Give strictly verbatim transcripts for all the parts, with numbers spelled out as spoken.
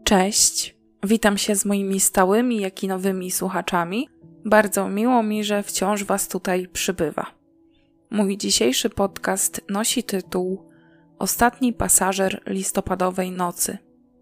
Cześć, witam się z moimi stałymi, jak i nowymi słuchaczami. Bardzo miło mi, że wciąż Was tutaj przybywa. Mój dzisiejszy podcast nosi tytuł Ostatni pasażer listopadowej nocy.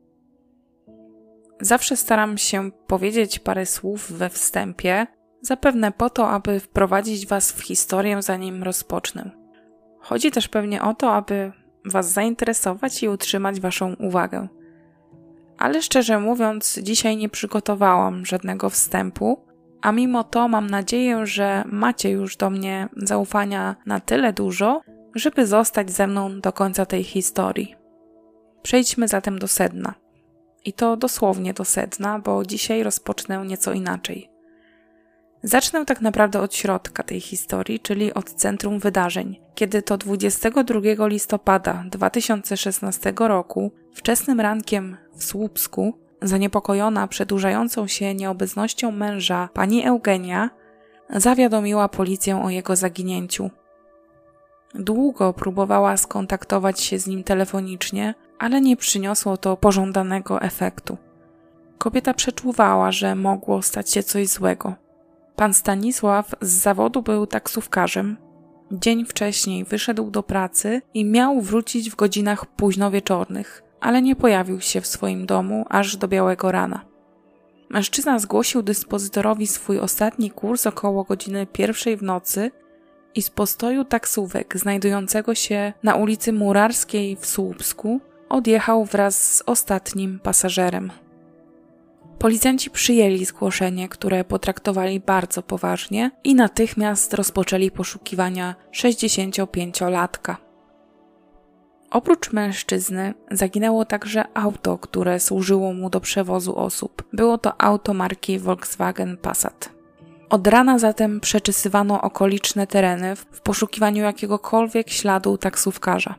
Zawsze staram się powiedzieć parę słów we wstępie, zapewne po to, aby wprowadzić Was w historię, zanim rozpocznę. Chodzi też pewnie o to, aby Was zainteresować i utrzymać Waszą uwagę. Ale szczerze mówiąc, dzisiaj nie przygotowałam żadnego wstępu, a mimo to mam nadzieję, że macie już do mnie zaufania na tyle dużo, żeby zostać ze mną do końca tej historii. Przejdźmy zatem do sedna. I to dosłownie do sedna, bo dzisiaj rozpocznę nieco inaczej. Zacznę tak naprawdę od środka tej historii, czyli od centrum wydarzeń, kiedy to dwudziestego drugiego listopada dwa tysiące szesnastego roku, wczesnym rankiem w Słupsku, zaniepokojona przedłużającą się nieobecnością męża pani Eugenia, zawiadomiła policję o jego zaginięciu. Długo próbowała skontaktować się z nim telefonicznie, ale nie przyniosło to pożądanego efektu. Kobieta przeczuwała, że mogło stać się coś złego. Pan Stanisław z zawodu był taksówkarzem. Dzień wcześniej wyszedł do pracy i miał wrócić w godzinach późnowieczornych, ale nie pojawił się w swoim domu aż do białego rana. Mężczyzna zgłosił dyspozytorowi swój ostatni kurs około godziny pierwszej w nocy i z postoju taksówek znajdującego się na ulicy Murarskiej w Słupsku odjechał wraz z ostatnim pasażerem. Policjanci przyjęli zgłoszenie, które potraktowali bardzo poważnie i natychmiast rozpoczęli poszukiwania sześćdziesięciopięciolatka. Oprócz mężczyzny zaginęło także auto, które służyło mu do przewozu osób. Było to auto marki Volkswagen Passat. Od rana zatem przeczesywano okoliczne tereny w poszukiwaniu jakiegokolwiek śladu taksówkarza.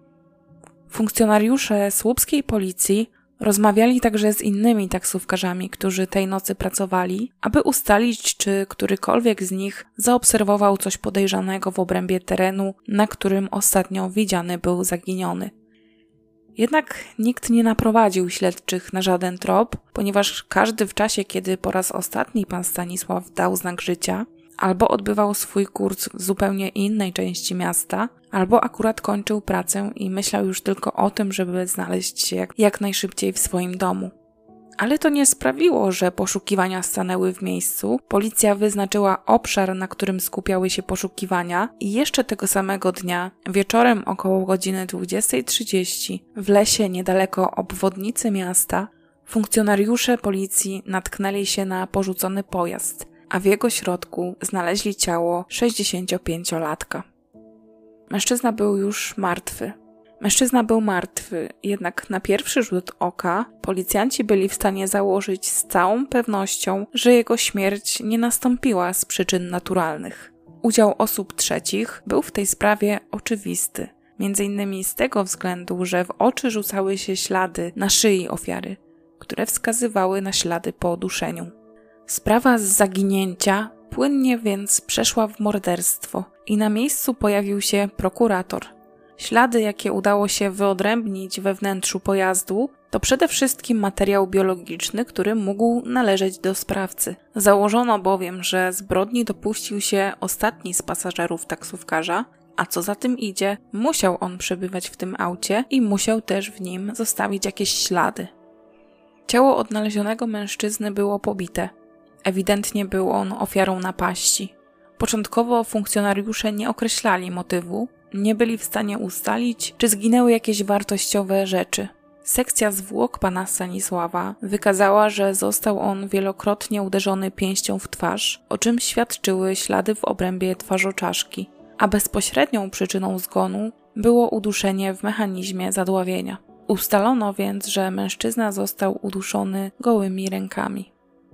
Funkcjonariusze słupskiej policji rozmawiali także z innymi taksówkarzami, którzy tej nocy pracowali, aby ustalić, czy którykolwiek z nich zaobserwował coś podejrzanego w obrębie terenu, na którym ostatnio widziany był zaginiony. Jednak nikt nie naprowadził śledczych na żaden trop, ponieważ każdy w czasie, kiedy po raz ostatni pan Stanisław dał znak życia, albo odbywał swój kurs w zupełnie innej części miasta, albo akurat kończył pracę i myślał już tylko o tym, żeby znaleźć się jak, jak najszybciej w swoim domu. Ale to nie sprawiło, że poszukiwania stanęły w miejscu. Policja wyznaczyła obszar, na którym skupiały się poszukiwania i jeszcze tego samego dnia, wieczorem około godziny dwudziestej trzydzieści, w lesie niedaleko obwodnicy miasta, funkcjonariusze policji natknęli się na porzucony pojazd, a w jego środku znaleźli ciało sześćdziesięciopięciolatka. Mężczyzna był już martwy. Mężczyzna był martwy, jednak na pierwszy rzut oka policjanci byli w stanie założyć z całą pewnością, że jego śmierć nie nastąpiła z przyczyn naturalnych. Udział osób trzecich był w tej sprawie oczywisty, między innymi z tego względu, że w oczy rzucały się ślady na szyi ofiary, które wskazywały na ślady po uduszeniu. Sprawa z zaginięcia płynnie więc przeszła w morderstwo i na miejscu pojawił się prokurator. Ślady, jakie udało się wyodrębnić we wnętrzu pojazdu, to przede wszystkim materiał biologiczny, który mógł należeć do sprawcy. Założono bowiem, że zbrodni dopuścił się ostatni z pasażerów taksówkarza, a co za tym idzie, musiał on przebywać w tym aucie i musiał też w nim zostawić jakieś ślady. Ciało odnalezionego mężczyzny było pobite. Ewidentnie był on ofiarą napaści. Początkowo funkcjonariusze nie określali motywu, nie byli w stanie ustalić, czy zginęły jakieś wartościowe rzeczy. Sekcja zwłok pana Stanisława wykazała, że został on wielokrotnie uderzony pięścią w twarz, o czym świadczyły ślady w obrębie twarzoczaszki, a bezpośrednią przyczyną zgonu było uduszenie w mechanizmie zadławienia. Ustalono więc, że mężczyzna został uduszony gołymi rękami.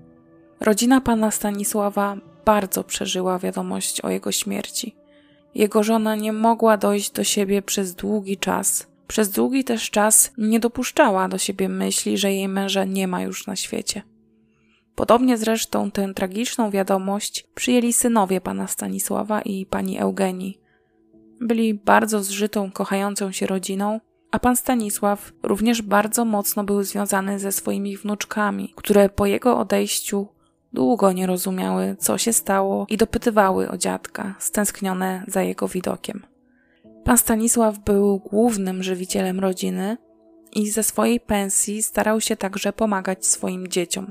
Rodzina pana Stanisława bardzo przeżyła wiadomość o jego śmierci. Jego żona nie mogła dojść do siebie przez długi czas. Przez długi też czas nie dopuszczała do siebie myśli, że jej męża nie ma już na świecie. Podobnie zresztą tę tragiczną wiadomość przyjęli synowie pana Stanisława i pani Eugenii. Byli bardzo zżytą, kochającą się rodziną, a pan Stanisław również bardzo mocno był związany ze swoimi wnuczkami, które po jego odejściu długo nie rozumiały, co się stało i dopytywały o dziadka, stęsknione za jego widokiem. Pan Stanisław był głównym żywicielem rodziny i ze swojej pensji starał się także pomagać swoim dzieciom.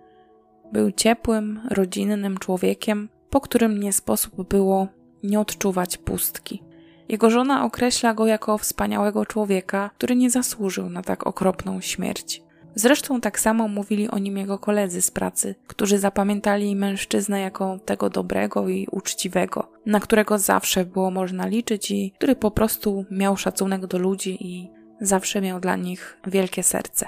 Był ciepłym, rodzinnym człowiekiem, po którym nie sposób było nie odczuwać pustki. Jego żona określa go jako wspaniałego człowieka, który nie zasłużył na tak okropną śmierć. Zresztą tak samo mówili o nim jego koledzy z pracy, którzy zapamiętali mężczyznę jako tego dobrego i uczciwego, na którego zawsze było można liczyć i który po prostu miał szacunek do ludzi i zawsze miał dla nich wielkie serce.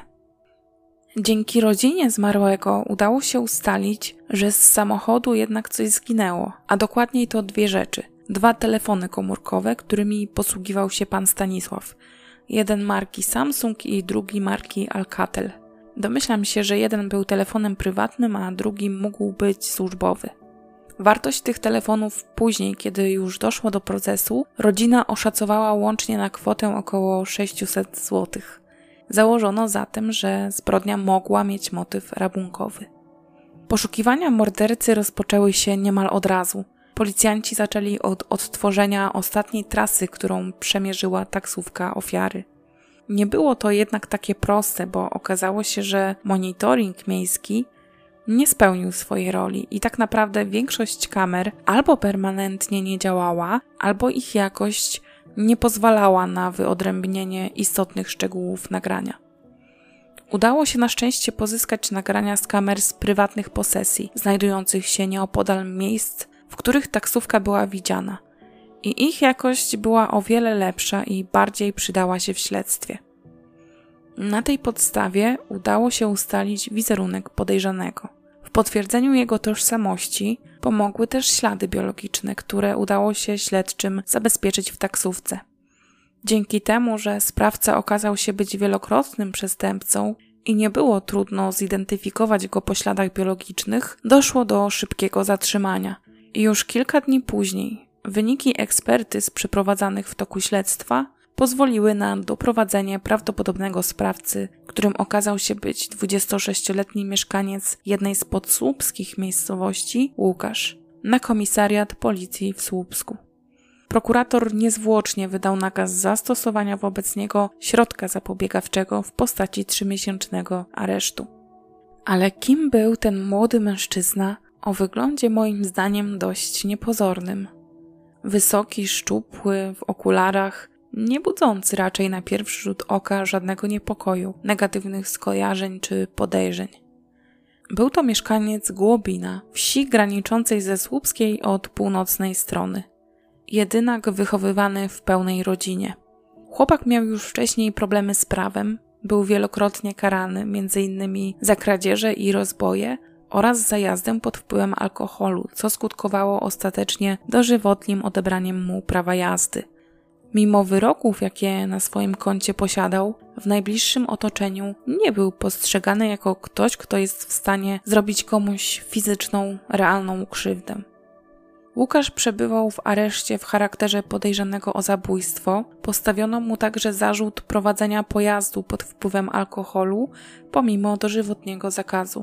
Dzięki rodzinie zmarłego udało się ustalić, że z samochodu jednak coś zginęło, a dokładniej to dwie rzeczy. Dwa telefony komórkowe, którymi posługiwał się pan Stanisław. Jeden marki Samsung i drugi marki Alcatel. Domyślam się, że jeden był telefonem prywatnym, a drugi mógł być służbowy. Wartość tych telefonów później, kiedy już doszło do procesu, rodzina oszacowała łącznie na kwotę około sześćset złotych. Założono zatem, że zbrodnia mogła mieć motyw rabunkowy. Poszukiwania mordercy rozpoczęły się niemal od razu. Policjanci zaczęli od odtworzenia ostatniej trasy, którą przemierzyła taksówka ofiary. Nie było to jednak takie proste, bo okazało się, że monitoring miejski nie spełnił swojej roli i tak naprawdę większość kamer albo permanentnie nie działała, albo ich jakość nie pozwalała na wyodrębnienie istotnych szczegółów nagrania. Udało się na szczęście pozyskać nagrania z kamer z prywatnych posesji, znajdujących się nieopodal miejsc, w których taksówka była widziana. I ich jakość była o wiele lepsza i bardziej przydała się w śledztwie. Na tej podstawie udało się ustalić wizerunek podejrzanego. W potwierdzeniu jego tożsamości pomogły też ślady biologiczne, które udało się śledczym zabezpieczyć w taksówce. Dzięki temu, że sprawca okazał się być wielokrotnym przestępcą i nie było trudno zidentyfikować go po śladach biologicznych, doszło do szybkiego zatrzymania. I już kilka dni później wyniki ekspertyz przeprowadzanych w toku śledztwa pozwoliły na doprowadzenie prawdopodobnego sprawcy, którym okazał się być dwudziestosześcioletni mieszkaniec jednej z podsłupskich miejscowości, Łukasz, na komisariat policji w Słupsku. Prokurator niezwłocznie wydał nakaz zastosowania wobec niego środka zapobiegawczego w postaci trzymiesięcznego aresztu. Ale kim był ten młody mężczyzna o wyglądzie moim zdaniem dość niepozornym? Wysoki, szczupły, w okularach, nie budzący raczej na pierwszy rzut oka żadnego niepokoju, negatywnych skojarzeń czy podejrzeń. Był to mieszkaniec Głobina, wsi graniczącej ze Słupskiej od północnej strony. Jedynak wychowywany w pełnej rodzinie. Chłopak miał już wcześniej problemy z prawem, był wielokrotnie karany, między innymi za kradzieże i rozboje oraz za jazdę pod wpływem alkoholu, co skutkowało ostatecznie dożywotnim odebraniem mu prawa jazdy. Mimo wyroków, jakie na swoim koncie posiadał, w najbliższym otoczeniu nie był postrzegany jako ktoś, kto jest w stanie zrobić komuś fizyczną, realną krzywdę. Łukasz przebywał w areszcie w charakterze podejrzanego o zabójstwo. Postawiono mu także zarzut prowadzenia pojazdu pod wpływem alkoholu, pomimo dożywotniego zakazu.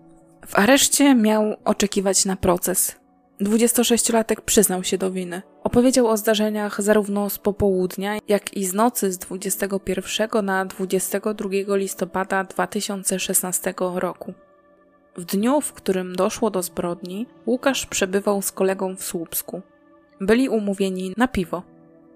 W areszcie miał oczekiwać na proces. dwudziestosześciolatek przyznał się do winy. Opowiedział o zdarzeniach zarówno z popołudnia, jak i z nocy z dwudziestego pierwszego na dwudziestego drugiego listopada dwa tysiące szesnastego roku. W dniu, w którym doszło do zbrodni, Łukasz przebywał z kolegą w Słupsku. Byli umówieni na piwo.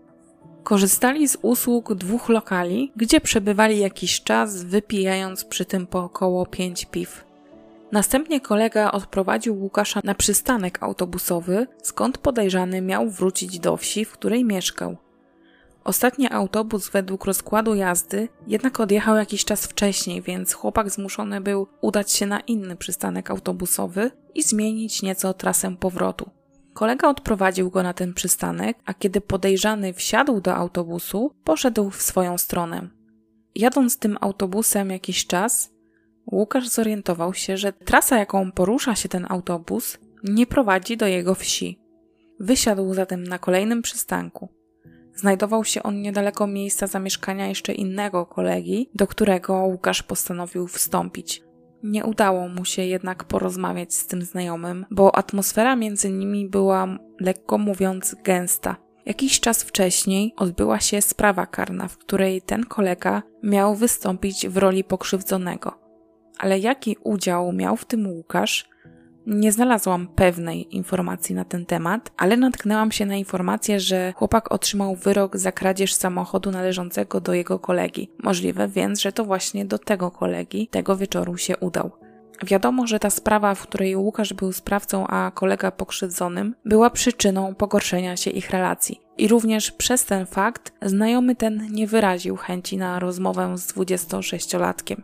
Korzystali z usług dwóch lokali, gdzie przebywali jakiś czas, wypijając przy tym po około pięć piw. Następnie kolega odprowadził Łukasza na przystanek autobusowy, skąd podejrzany miał wrócić do wsi, w której mieszkał. Ostatni autobus według rozkładu jazdy jednak odjechał jakiś czas wcześniej, więc chłopak zmuszony był udać się na inny przystanek autobusowy i zmienić nieco trasę powrotu. Kolega odprowadził go na ten przystanek, a kiedy podejrzany wsiadł do autobusu, poszedł w swoją stronę. Jadąc tym autobusem jakiś czas, Łukasz zorientował się, że trasa, jaką porusza się ten autobus, nie prowadzi do jego wsi. Wysiadł zatem na kolejnym przystanku. Znajdował się on niedaleko miejsca zamieszkania jeszcze innego kolegi, do którego Łukasz postanowił wstąpić. Nie udało mu się jednak porozmawiać z tym znajomym, bo atmosfera między nimi była, lekko mówiąc, gęsta. Jakiś czas wcześniej odbyła się sprawa karna, w której ten kolega miał wystąpić w roli pokrzywdzonego. Ale jaki udział miał w tym Łukasz? Nie znalazłam pewnej informacji na ten temat, ale natknęłam się na informację, że chłopak otrzymał wyrok za kradzież samochodu należącego do jego kolegi. Możliwe więc, że to właśnie do tego kolegi tego wieczoru się udał. Wiadomo, że ta sprawa, w której Łukasz był sprawcą, a kolega pokrzywdzonym, była przyczyną pogorszenia się ich relacji. I również przez ten fakt znajomy ten nie wyraził chęci na rozmowę z dwudziestosześciolatkiem.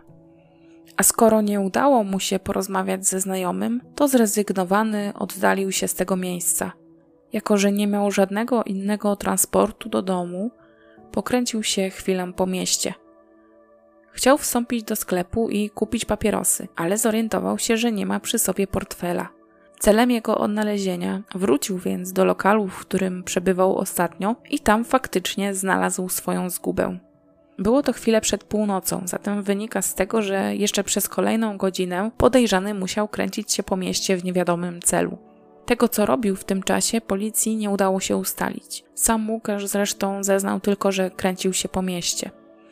A skoro nie udało mu się porozmawiać ze znajomym, to zrezygnowany oddalił się z tego miejsca. Jako że nie miał żadnego innego transportu do domu, pokręcił się chwilę po mieście. Chciał wstąpić do sklepu i kupić papierosy, ale zorientował się, że nie ma przy sobie portfela. Celem jego odnalezienia wrócił więc do lokalu, w którym przebywał ostatnio i tam faktycznie znalazł swoją zgubę. Było to chwilę przed północą, zatem wynika z tego, że jeszcze przez kolejną godzinę podejrzany musiał kręcić się po mieście w niewiadomym celu. Tego, co robił w tym czasie, policji nie udało się ustalić. Sam Łukasz zresztą zeznał tylko, że kręcił się po mieście.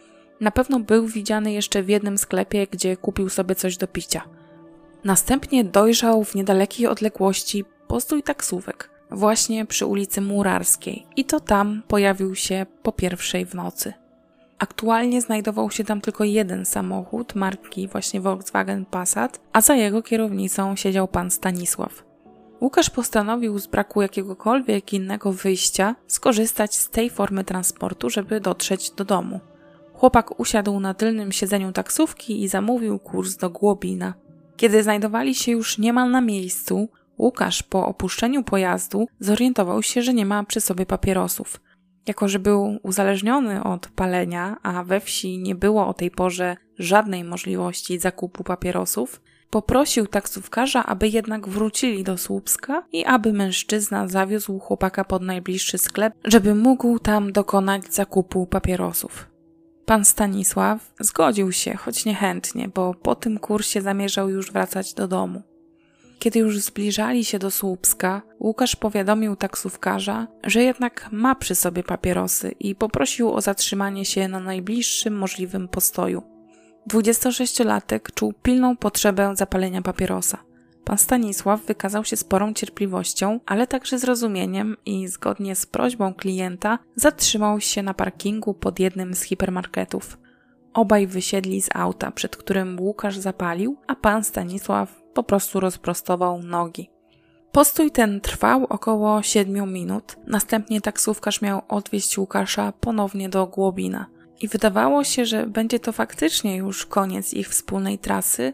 Na pewno był widziany jeszcze w jednym sklepie, gdzie kupił sobie coś do picia. Następnie dojrzał w niedalekiej odległości postój taksówek, właśnie przy ulicy Murarskiej, i to tam pojawił się po pierwszej w nocy. Aktualnie znajdował się tam tylko jeden samochód marki właśnie Volkswagen Passat, a za jego kierownicą siedział pan Stanisław. Łukasz postanowił z braku jakiegokolwiek innego wyjścia skorzystać z tej formy transportu, żeby dotrzeć do domu. Chłopak usiadł na tylnym siedzeniu taksówki i zamówił kurs do Głobina. Kiedy znajdowali się już niemal na miejscu, Łukasz po opuszczeniu pojazdu zorientował się, że nie ma przy sobie papierosów. Jako że był uzależniony od palenia, a we wsi nie było o tej porze żadnej możliwości zakupu papierosów, poprosił taksówkarza, aby jednak wrócili do Słupska i aby mężczyzna zawiózł chłopaka pod najbliższy sklep, żeby mógł tam dokonać zakupu papierosów. Pan Stanisław zgodził się, choć niechętnie, bo po tym kursie zamierzał już wracać do domu. Kiedy już zbliżali się do Słupska, Łukasz powiadomił taksówkarza, że jednak ma przy sobie papierosy i poprosił o zatrzymanie się na najbliższym możliwym postoju. Dwudziestosześciolatek czuł pilną potrzebę zapalenia papierosa. Pan Stanisław wykazał się sporą cierpliwością, ale także zrozumieniem i zgodnie z prośbą klienta zatrzymał się na parkingu pod jednym z hipermarketów. Obaj wysiedli z auta, przed którym Łukasz zapalił, a pan Stanisław po prostu rozprostował nogi. Postój ten trwał około siedmiu minut, następnie taksówkarz miał odwieźć Łukasza ponownie do Głobina. I wydawało się, że będzie to faktycznie już koniec ich wspólnej trasy,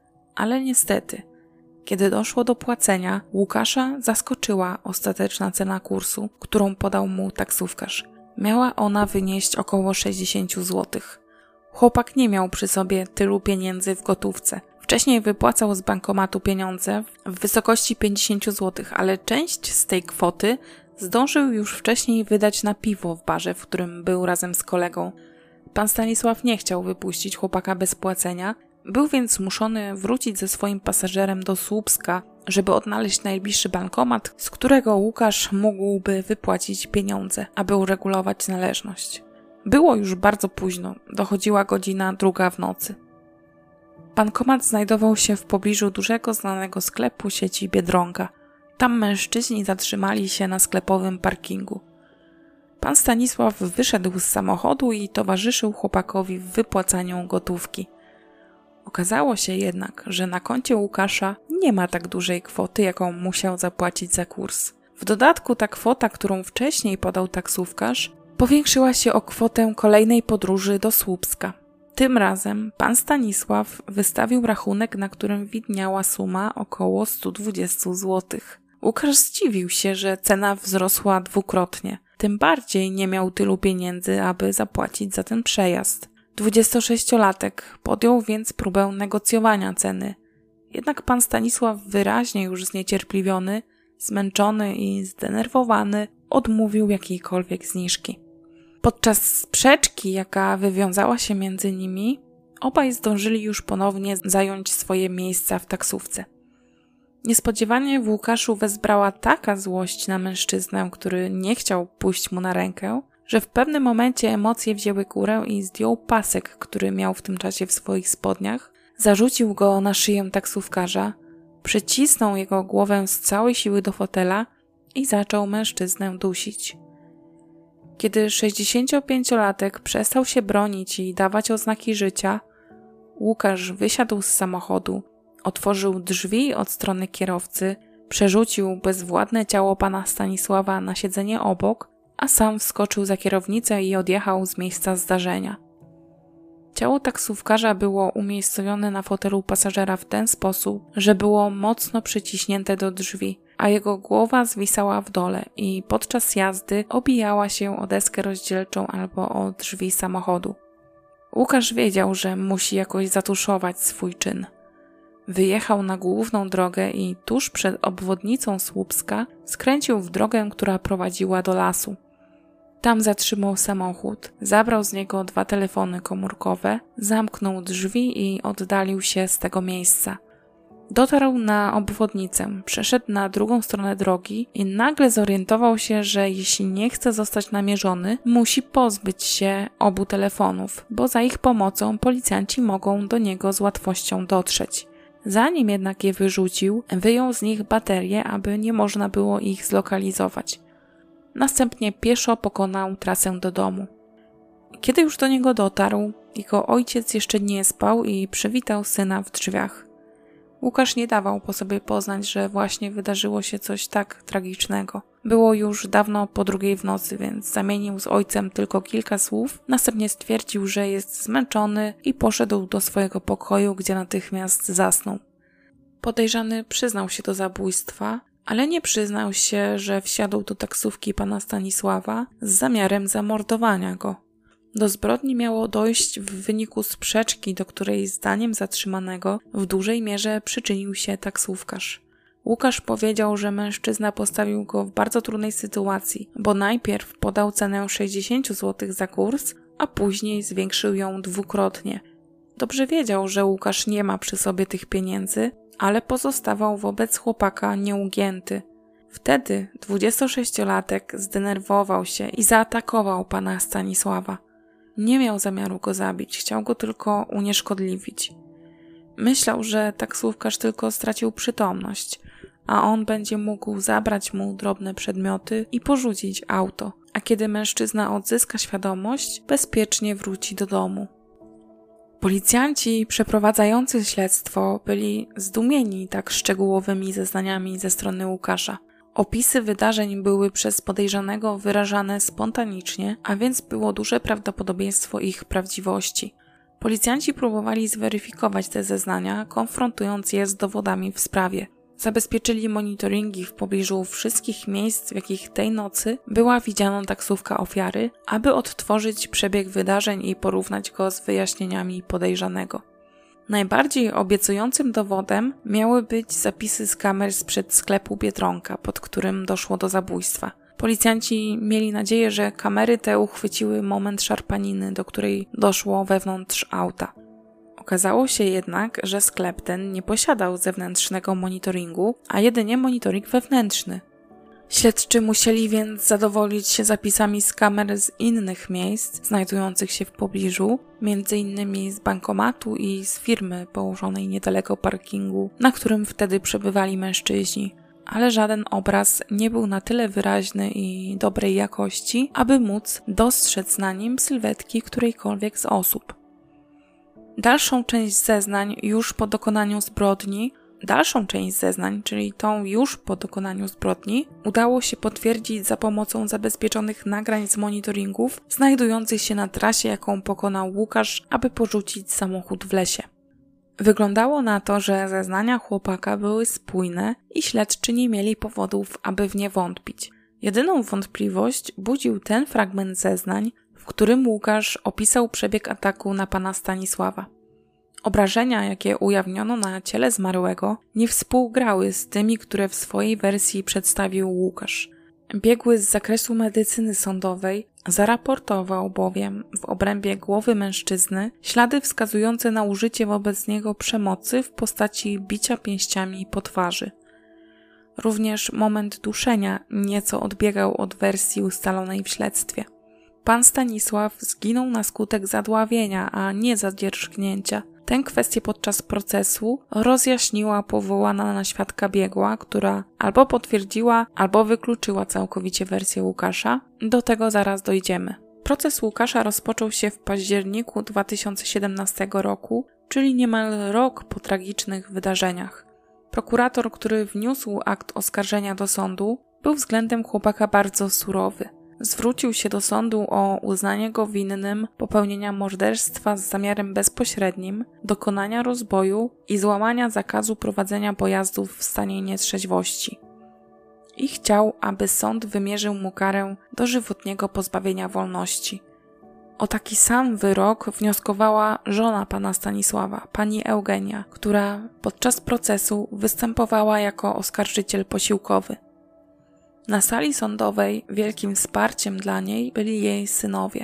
ale niestety, kiedy doszło do płacenia, Łukasza zaskoczyła ostateczna cena kursu, którą podał mu taksówkarz. Miała ona wynieść około sześćdziesiąt złotych. Chłopak nie miał przy sobie tylu pieniędzy w gotówce. Wcześniej wypłacał z bankomatu pieniądze w wysokości pięćdziesiąt złotych, ale część z tej kwoty zdążył już wcześniej wydać na piwo w barze, w którym był razem z kolegą. Pan Stanisław nie chciał wypuścić chłopaka bez płacenia, był więc zmuszony wrócić ze swoim pasażerem do Słupska, żeby odnaleźć najbliższy bankomat, z którego Łukasz mógłby wypłacić pieniądze, aby uregulować należność. Było już bardzo późno, dochodziła godzina druga w nocy. Bankomat znajdował się w pobliżu dużego znanego sklepu sieci Biedronka. Tam mężczyźni zatrzymali się na sklepowym parkingu. Pan Stanisław wyszedł z samochodu i towarzyszył chłopakowi w wypłacaniu gotówki. Okazało się jednak, że na koncie Łukasza nie ma tak dużej kwoty, jaką musiał zapłacić za kurs. W dodatku ta kwota, którą wcześniej podał taksówkarz, powiększyła się o kwotę kolejnej podróży do Słupska. Tym razem pan Stanisław wystawił rachunek, na którym widniała suma około sto dwadzieścia złotych. Łukasz zdziwił się, że cena wzrosła dwukrotnie. Tym bardziej nie miał tylu pieniędzy, aby zapłacić za ten przejazd. Dwudziestosześciolatek podjął więc próbę negocjowania ceny. Jednak pan Stanisław, wyraźnie już zniecierpliwiony, zmęczony i zdenerwowany, odmówił jakiejkolwiek zniżki. Podczas sprzeczki, jaka wywiązała się między nimi, obaj zdążyli już ponownie zająć swoje miejsca w taksówce. Niespodziewanie w Łukaszu wezbrała taka złość na mężczyznę, który nie chciał pójść mu na rękę, że w pewnym momencie emocje wzięły górę i zdjął pasek, który miał w tym czasie w swoich spodniach, zarzucił go na szyję taksówkarza, przycisnął jego głowę z całej siły do fotela i zaczął mężczyznę dusić. Kiedy sześćdziesięciopięciolatek przestał się bronić i dawać oznaki życia, Łukasz wysiadł z samochodu, otworzył drzwi od strony kierowcy, przerzucił bezwładne ciało pana Stanisława na siedzenie obok, a sam wskoczył za kierownicę i odjechał z miejsca zdarzenia. Ciało taksówkarza było umiejscowione na fotelu pasażera w ten sposób, że było mocno przyciśnięte do drzwi, a jego głowa zwisała w dole i podczas jazdy obijała się o deskę rozdzielczą albo o drzwi samochodu. Łukasz wiedział, że musi jakoś zatuszować swój czyn. Wyjechał na główną drogę i tuż przed obwodnicą Słupska skręcił w drogę, która prowadziła do lasu. Tam zatrzymał samochód, zabrał z niego dwa telefony komórkowe, zamknął drzwi i oddalił się z tego miejsca. Dotarł na obwodnicę, przeszedł na drugą stronę drogi i nagle zorientował się, że jeśli nie chce zostać namierzony, musi pozbyć się obu telefonów, bo za ich pomocą policjanci mogą do niego z łatwością dotrzeć. Zanim jednak je wyrzucił, wyjął z nich baterie, aby nie można było ich zlokalizować. Następnie pieszo pokonał trasę do domu. Kiedy już do niego dotarł, jego ojciec jeszcze nie spał i przywitał syna w drzwiach. Łukasz nie dawał po sobie poznać, że właśnie wydarzyło się coś tak tragicznego. Było już dawno po drugiej w nocy, więc zamienił z ojcem tylko kilka słów, następnie stwierdził, że jest zmęczony i poszedł do swojego pokoju, gdzie natychmiast zasnął. Podejrzany przyznał się do zabójstwa, ale nie przyznał się, że wsiadł do taksówki pana Stanisława z zamiarem zamordowania go. Do zbrodni miało dojść w wyniku sprzeczki, do której zdaniem zatrzymanego w dużej mierze przyczynił się taksówkarz. Łukasz powiedział, że mężczyzna postawił go w bardzo trudnej sytuacji, bo najpierw podał cenę sześćdziesiąt złotych za kurs, a później zwiększył ją dwukrotnie. Dobrze wiedział, że Łukasz nie ma przy sobie tych pieniędzy, ale pozostawał wobec chłopaka nieugięty. Wtedy dwudziestosześciolatek zdenerwował się i zaatakował pana Stanisława. Nie miał zamiaru go zabić, chciał go tylko unieszkodliwić. Myślał, że taksówkarz tylko stracił przytomność, a on będzie mógł zabrać mu drobne przedmioty i porzucić auto, a kiedy mężczyzna odzyska świadomość, bezpiecznie wróci do domu. Policjanci przeprowadzający śledztwo byli zdumieni tak szczegółowymi zeznaniami ze strony Łukasza. Opisy wydarzeń były przez podejrzanego wyrażane spontanicznie, a więc było duże prawdopodobieństwo ich prawdziwości. Policjanci próbowali zweryfikować te zeznania, konfrontując je z dowodami w sprawie. Zabezpieczyli monitoringi w pobliżu wszystkich miejsc, w jakich tej nocy była widziana taksówka ofiary, aby odtworzyć przebieg wydarzeń i porównać go z wyjaśnieniami podejrzanego. Najbardziej obiecującym dowodem miały być zapisy z kamer sprzed sklepu Biedronka, pod którym doszło do zabójstwa. Policjanci mieli nadzieję, że kamery te uchwyciły moment szarpaniny, do której doszło wewnątrz auta. Okazało się jednak, że sklep ten nie posiadał zewnętrznego monitoringu, a jedynie monitoring wewnętrzny. Śledczy musieli więc zadowolić się zapisami z kamer z innych miejsc znajdujących się w pobliżu, między innymi z bankomatu i z firmy położonej niedaleko parkingu, na którym wtedy przebywali mężczyźni. Ale żaden obraz nie był na tyle wyraźny i dobrej jakości, aby móc dostrzec na nim sylwetki którejkolwiek z osób. Dalszą część zeznań już po dokonaniu zbrodni Dalszą część zeznań, czyli tą już po dokonaniu zbrodni, udało się potwierdzić za pomocą zabezpieczonych nagrań z monitoringów znajdujących się na trasie, jaką pokonał Łukasz, aby porzucić samochód w lesie. Wyglądało na to, że zeznania chłopaka były spójne i śledczy nie mieli powodów, aby w nie wątpić. Jedyną wątpliwość budził ten fragment zeznań, w którym Łukasz opisał przebieg ataku na pana Stanisława. Obrażenia, jakie ujawniono na ciele zmarłego, nie współgrały z tymi, które w swojej wersji przedstawił Łukasz. Biegły z zakresu medycyny sądowej zaraportował bowiem w obrębie głowy mężczyzny ślady wskazujące na użycie wobec niego przemocy w postaci bicia pięściami po twarzy. Również moment duszenia nieco odbiegał od wersji ustalonej w śledztwie. Pan Stanisław zginął na skutek zadławienia, a nie zadzierzchnięcia. Tę kwestię podczas procesu rozjaśniła powołana na świadka biegła, która albo potwierdziła, albo wykluczyła całkowicie wersję Łukasza. Do tego zaraz dojdziemy. Proces Łukasza rozpoczął się w październiku dwa tysiące siedemnastego roku, czyli niemal rok po tragicznych wydarzeniach. Prokurator, który wniósł akt oskarżenia do sądu, był względem chłopaka bardzo surowy. Zwrócił się do sądu o uznanie go winnym popełnienia morderstwa z zamiarem bezpośrednim, dokonania rozboju i złamania zakazu prowadzenia pojazdów w stanie nietrzeźwości. I chciał, aby sąd wymierzył mu karę dożywotniego pozbawienia wolności. O taki sam wyrok wnioskowała żona pana Stanisława, pani Eugenia, która podczas procesu występowała jako oskarżyciel posiłkowy. Na sali sądowej wielkim wsparciem dla niej byli jej synowie.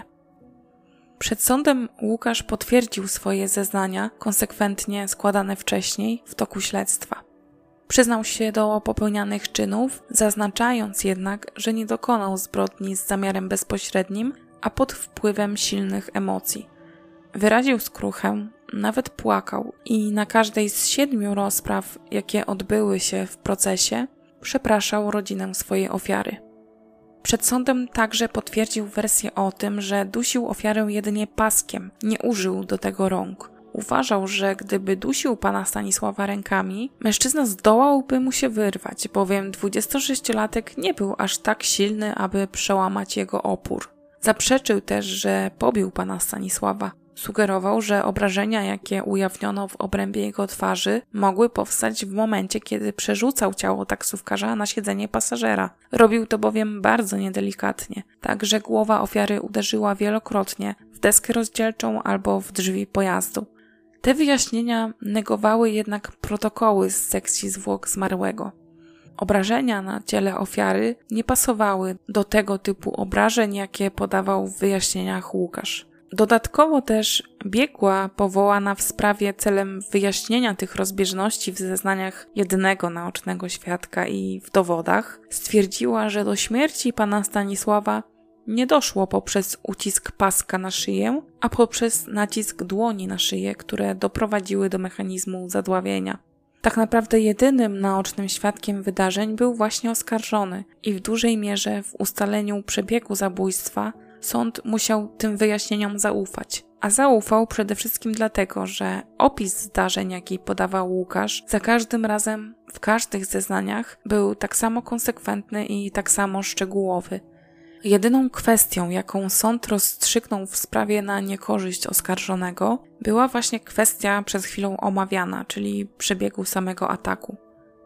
Przed sądem Łukasz potwierdził swoje zeznania, konsekwentnie składane wcześniej w toku śledztwa. Przyznał się do popełnianych czynów, zaznaczając jednak, że nie dokonał zbrodni z zamiarem bezpośrednim, a pod wpływem silnych emocji. Wyraził skruchę, nawet płakał i na każdej z siedmiu rozpraw, jakie odbyły się w procesie, przepraszał rodzinę swojej ofiary. Przed sądem także potwierdził wersję o tym, że dusił ofiarę jedynie paskiem, nie użył do tego rąk. Uważał, że gdyby dusił pana Stanisława rękami, mężczyzna zdołałby mu się wyrwać, bowiem dwudziestosześciolatek nie był aż tak silny, aby przełamać jego opór. Zaprzeczył też, że pobił pana Stanisława. Sugerował, że obrażenia, jakie ujawniono w obrębie jego twarzy, mogły powstać w momencie, kiedy przerzucał ciało taksówkarza na siedzenie pasażera. Robił to bowiem bardzo niedelikatnie, tak że głowa ofiary uderzyła wielokrotnie w deskę rozdzielczą albo w drzwi pojazdu. Te wyjaśnienia negowały jednak protokoły z sekcji zwłok zmarłego. Obrażenia na ciele ofiary nie pasowały do tego typu obrażeń, jakie podawał w wyjaśnieniach Łukasz. Dodatkowo też biegła powołana w sprawie celem wyjaśnienia tych rozbieżności w zeznaniach jednego naocznego świadka i w dowodach stwierdziła, że do śmierci pana Stanisława nie doszło poprzez ucisk paska na szyję, a poprzez nacisk dłoni na szyję, które doprowadziły do mechanizmu zadławienia. Tak naprawdę jedynym naocznym świadkiem wydarzeń był właśnie oskarżony i w dużej mierze w ustaleniu przebiegu zabójstwa sąd musiał tym wyjaśnieniom zaufać. A zaufał przede wszystkim dlatego, że opis zdarzeń, jaki podawał Łukasz, za każdym razem, w każdych zeznaniach był tak samo konsekwentny i tak samo szczegółowy. Jedyną kwestią, jaką sąd rozstrzygnął w sprawie na niekorzyść oskarżonego, była właśnie kwestia przed chwilą omawiana, czyli przebiegu samego ataku.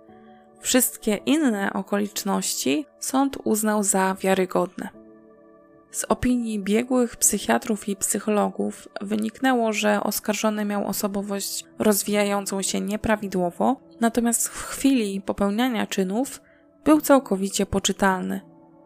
Wszystkie inne okoliczności sąd uznał za wiarygodne. Z opinii biegłych psychiatrów i psychologów wyniknęło, że oskarżony miał osobowość rozwijającą się nieprawidłowo, natomiast w chwili popełniania czynów był całkowicie poczytalny.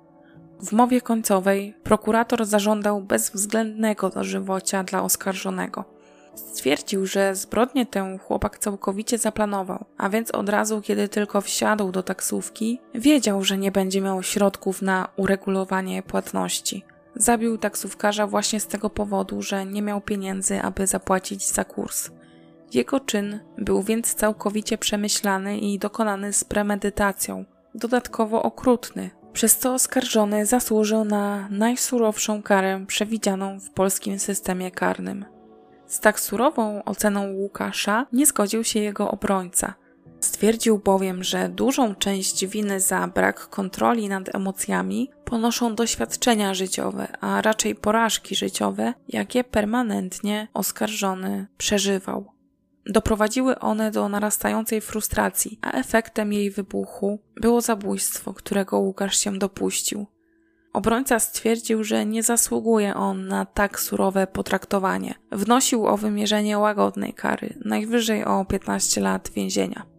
W mowie końcowej prokurator zażądał bezwzględnego dożywocia dla oskarżonego. Stwierdził, że zbrodnię tę chłopak całkowicie zaplanował, a więc od razu, kiedy tylko wsiadł do taksówki, wiedział, że nie będzie miał środków na uregulowanie płatności. Zabił taksówkarza właśnie z tego powodu, że nie miał pieniędzy, aby zapłacić za kurs. Jego czyn był więc całkowicie przemyślany i dokonany z premedytacją, dodatkowo okrutny, przez co oskarżony zasłużył na najsurowszą karę przewidzianą w polskim systemie karnym. Z tak surową oceną Łukasza nie zgodził się jego obrońca. Stwierdził bowiem, że dużą część winy za brak kontroli nad emocjami ponoszą doświadczenia życiowe, a raczej porażki życiowe, jakie permanentnie oskarżony przeżywał. Doprowadziły one do narastającej frustracji, a efektem jej wybuchu było zabójstwo, którego Łukasz się dopuścił. Obrońca stwierdził, że nie zasługuje on na tak surowe potraktowanie. Wnosił o wymierzenie łagodnej kary, najwyżej o piętnaście lat więzienia.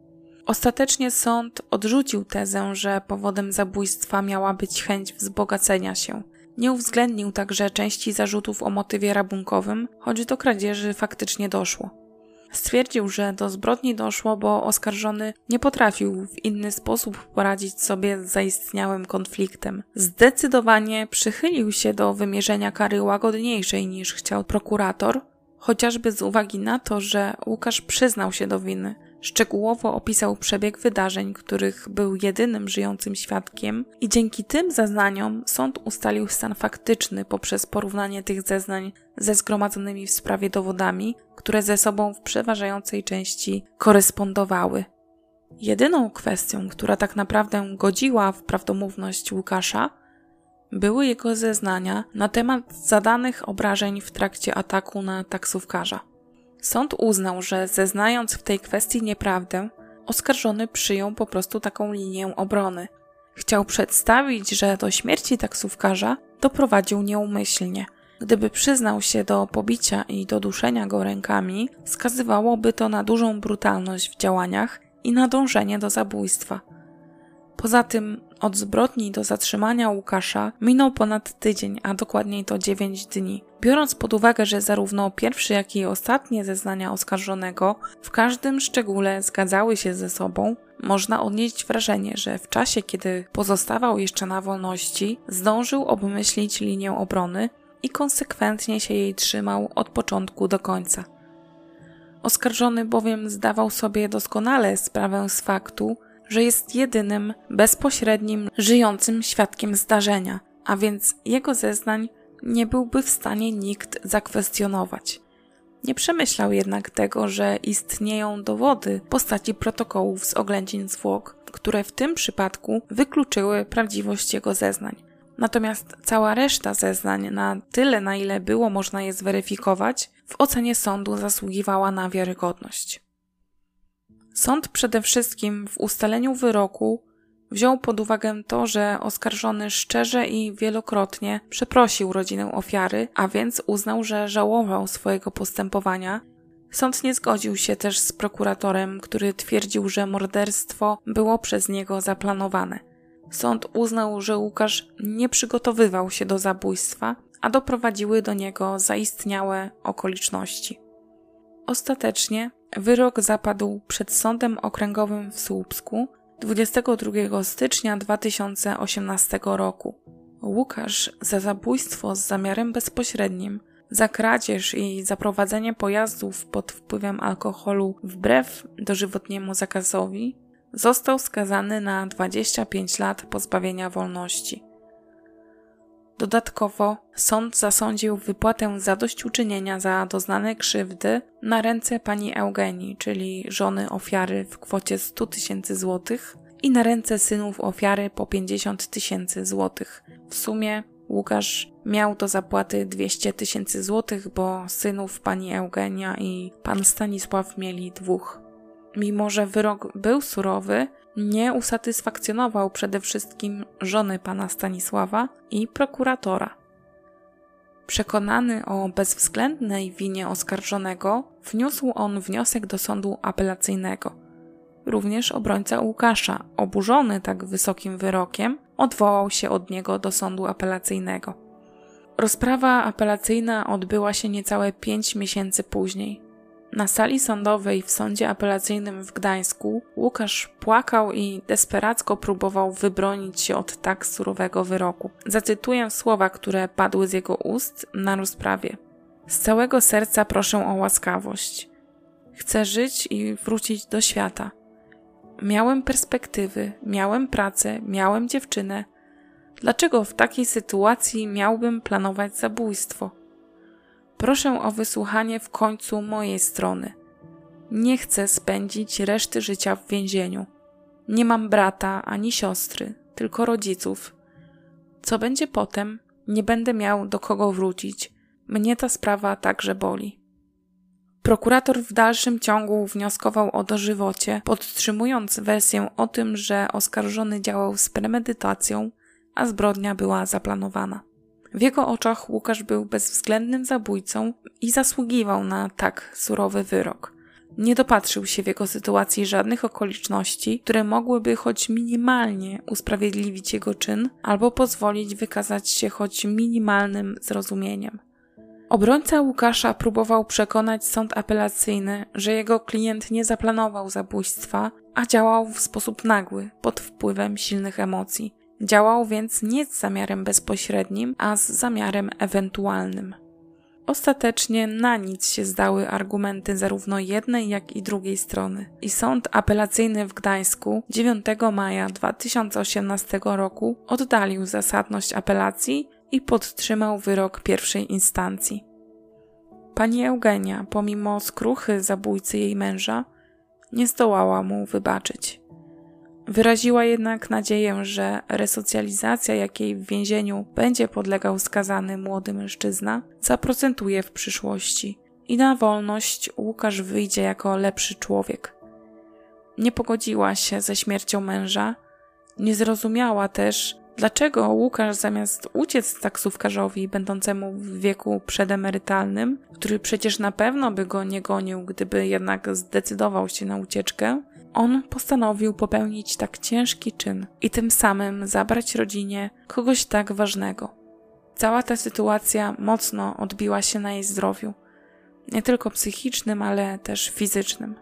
Ostatecznie sąd odrzucił tezę, że powodem zabójstwa miała być chęć wzbogacenia się. Nie uwzględnił także części zarzutów o motywie rabunkowym, choć do kradzieży faktycznie doszło. Stwierdził, że do zbrodni doszło, bo oskarżony nie potrafił w inny sposób poradzić sobie z zaistniałym konfliktem. Zdecydowanie przychylił się do wymierzenia kary łagodniejszej niż chciał prokurator, chociażby z uwagi na to, że Łukasz przyznał się do winy. Szczegółowo opisał przebieg wydarzeń, których był jedynym żyjącym świadkiem i dzięki tym zeznaniom sąd ustalił stan faktyczny poprzez porównanie tych zeznań ze zgromadzonymi w sprawie dowodami, które ze sobą w przeważającej części korespondowały. Jedyną kwestią, która tak naprawdę godziła w prawdomówność Łukasza, były jego zeznania na temat zadanych obrażeń w trakcie ataku na taksówkarza. Sąd uznał, że zeznając w tej kwestii nieprawdę, oskarżony przyjął po prostu taką linię obrony. Chciał przedstawić, że do śmierci taksówkarza doprowadził nieumyślnie. Gdyby przyznał się do pobicia i do duszenia go rękami, wskazywałoby to na dużą brutalność w działaniach i na dążenie do zabójstwa. Poza tym od zbrodni do zatrzymania Łukasza minął ponad tydzień, a dokładniej to dziewięć dni. Biorąc pod uwagę, że zarówno pierwsze, jak i ostatnie zeznania oskarżonego w każdym szczególe zgadzały się ze sobą, można odnieść wrażenie, że w czasie, kiedy pozostawał jeszcze na wolności, zdążył obmyślić linię obrony i konsekwentnie się jej trzymał od początku do końca. Oskarżony bowiem zdawał sobie doskonale sprawę z faktu, że jest jedynym, bezpośrednim, żyjącym świadkiem zdarzenia, a więc jego zeznań nie byłby w stanie nikt zakwestionować. Nie przemyślał jednak tego, że istnieją dowody w postaci protokołów z oględzin zwłok, które w tym przypadku wykluczyły prawdziwość jego zeznań. Natomiast cała reszta zeznań, na tyle na ile było można je zweryfikować, w ocenie sądu zasługiwała na wiarygodność. Sąd przede wszystkim w ustaleniu wyroku wziął pod uwagę to, że oskarżony szczerze i wielokrotnie przeprosił rodzinę ofiary, a więc uznał, że żałował swojego postępowania. Sąd nie zgodził się też z prokuratorem, który twierdził, że morderstwo było przez niego zaplanowane. Sąd uznał, że Łukasz nie przygotowywał się do zabójstwa, a doprowadziły do niego zaistniałe okoliczności. Ostatecznie wyrok zapadł przed Sądem Okręgowym w Słupsku dwudziestego drugiego stycznia dwa tysiące osiemnastego roku. Łukasz za zabójstwo z zamiarem bezpośrednim, za kradzież i za prowadzenie pojazdów pod wpływem alkoholu wbrew dożywotniemu zakazowi został skazany na dwadzieścia pięć lat pozbawienia wolności. Dodatkowo sąd zasądził wypłatę zadośćuczynienia za doznane krzywdy na ręce pani Eugenii, czyli żony ofiary, w kwocie sto tysięcy złotych i na ręce synów ofiary po pięćdziesiąt tysięcy złotych. W sumie Łukasz miał do zapłaty dwieście tysięcy złotych, bo synów pani Eugenia i pan Stanisław mieli dwóch. Mimo że wyrok był surowy, nie usatysfakcjonował przede wszystkim żony pana Stanisława i prokuratora. Przekonany o bezwzględnej winie oskarżonego, wniósł on wniosek do sądu apelacyjnego. Również obrońca Łukasza, oburzony tak wysokim wyrokiem, odwołał się od niego do sądu apelacyjnego. Rozprawa apelacyjna odbyła się niecałe pięć miesięcy później. Na sali sądowej w sądzie apelacyjnym w Gdańsku Łukasz płakał i desperacko próbował wybronić się od tak surowego wyroku. Zacytuję słowa, które padły z jego ust na rozprawie. Z całego serca proszę o łaskawość. Chcę żyć i wrócić do świata. Miałem perspektywy, miałem pracę, miałem dziewczynę. Dlaczego w takiej sytuacji miałbym planować zabójstwo? Proszę o wysłuchanie w końcu mojej strony. Nie chcę spędzić reszty życia w więzieniu. Nie mam brata ani siostry, tylko rodziców. Co będzie potem? Nie będę miał do kogo wrócić. Mnie ta sprawa także boli. Prokurator w dalszym ciągu wnioskował o dożywocie, podtrzymując wersję o tym, że oskarżony działał z premedytacją, a zbrodnia była zaplanowana. W jego oczach Łukasz był bezwzględnym zabójcą i zasługiwał na tak surowy wyrok. Nie dopatrzył się w jego sytuacji żadnych okoliczności, które mogłyby choć minimalnie usprawiedliwić jego czyn albo pozwolić wykazać się choć minimalnym zrozumieniem. Obrońca Łukasza próbował przekonać sąd apelacyjny, że jego klient nie zaplanował zabójstwa, a działał w sposób nagły, pod wpływem silnych emocji. Działał więc nie z zamiarem bezpośrednim, a z zamiarem ewentualnym. Ostatecznie na nic się zdały argumenty zarówno jednej, jak i drugiej strony i sąd apelacyjny w Gdańsku dziewiątego maja dwa tysiące osiemnastego roku oddalił zasadność apelacji i podtrzymał wyrok pierwszej instancji. Pani Eugenia, pomimo skruchy zabójcy jej męża, nie zdołała mu wybaczyć. Wyraziła jednak nadzieję, że resocjalizacja, jakiej w więzieniu będzie podlegał skazany młody mężczyzna, zaprocentuje w przyszłości i na wolność Łukasz wyjdzie jako lepszy człowiek. Nie pogodziła się ze śmiercią męża, nie zrozumiała też, dlaczego Łukasz zamiast uciec taksówkarzowi będącemu w wieku przedemerytalnym, który przecież na pewno by go nie gonił, gdyby jednak zdecydował się na ucieczkę, on postanowił popełnić tak ciężki czyn i tym samym zabrać rodzinie kogoś tak ważnego. Cała ta sytuacja mocno odbiła się na jej zdrowiu, nie tylko psychicznym, ale też fizycznym.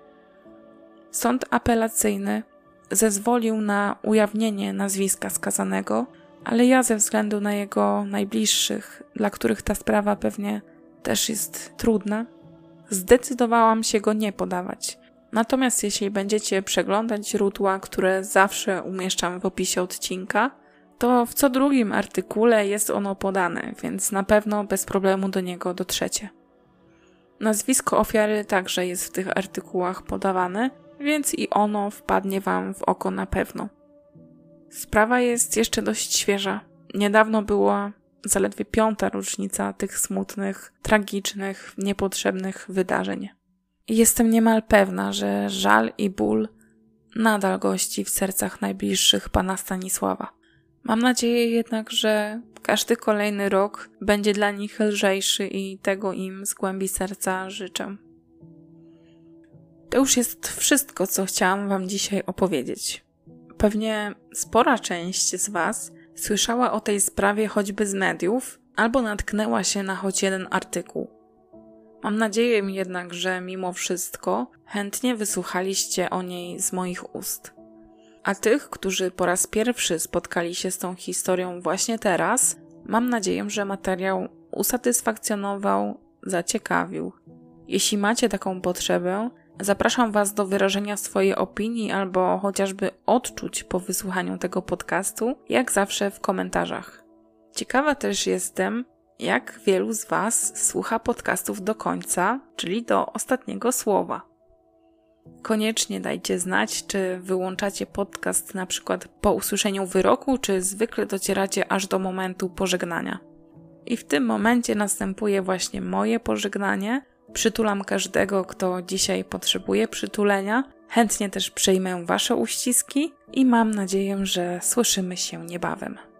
Sąd apelacyjny zezwolił na ujawnienie nazwiska skazanego, ale ja ze względu na jego najbliższych, dla których ta sprawa pewnie też jest trudna, zdecydowałam się go nie podawać. Natomiast jeśli będziecie przeglądać źródła, które zawsze umieszczam w opisie odcinka, to w co drugim artykule jest ono podane, więc na pewno bez problemu do niego dotrzecie. Nazwisko ofiary także jest w tych artykułach podawane, więc i ono wpadnie Wam w oko na pewno. Sprawa jest jeszcze dość świeża. Niedawno była zaledwie piąta rocznica tych smutnych, tragicznych, niepotrzebnych wydarzeń. I jestem niemal pewna, że żal i ból nadal gości w sercach najbliższych pana Stanisława. Mam nadzieję jednak, że każdy kolejny rok będzie dla nich lżejszy i tego im z głębi serca życzę. To już jest wszystko, co chciałam Wam dzisiaj opowiedzieć. Pewnie spora część z Was słyszała o tej sprawie choćby z mediów, albo natknęła się na choć jeden artykuł. Mam nadzieję jednak, że mimo wszystko chętnie wysłuchaliście o niej z moich ust. A tych, którzy po raz pierwszy spotkali się z tą historią właśnie teraz, mam nadzieję, że materiał usatysfakcjonował, zaciekawił. Jeśli macie taką potrzebę, zapraszam Was do wyrażenia swojej opinii albo chociażby odczuć po wysłuchaniu tego podcastu, jak zawsze w komentarzach. Ciekawa też jestem, jak wielu z Was słucha podcastów do końca, czyli do ostatniego słowa. Koniecznie dajcie znać, czy wyłączacie podcast na przykład po usłyszeniu wyroku, czy zwykle docieracie aż do momentu pożegnania. I w tym momencie następuje właśnie moje pożegnanie. Przytulam każdego, kto dzisiaj potrzebuje przytulenia. Chętnie też przyjmę Wasze uściski i mam nadzieję, że słyszymy się niebawem.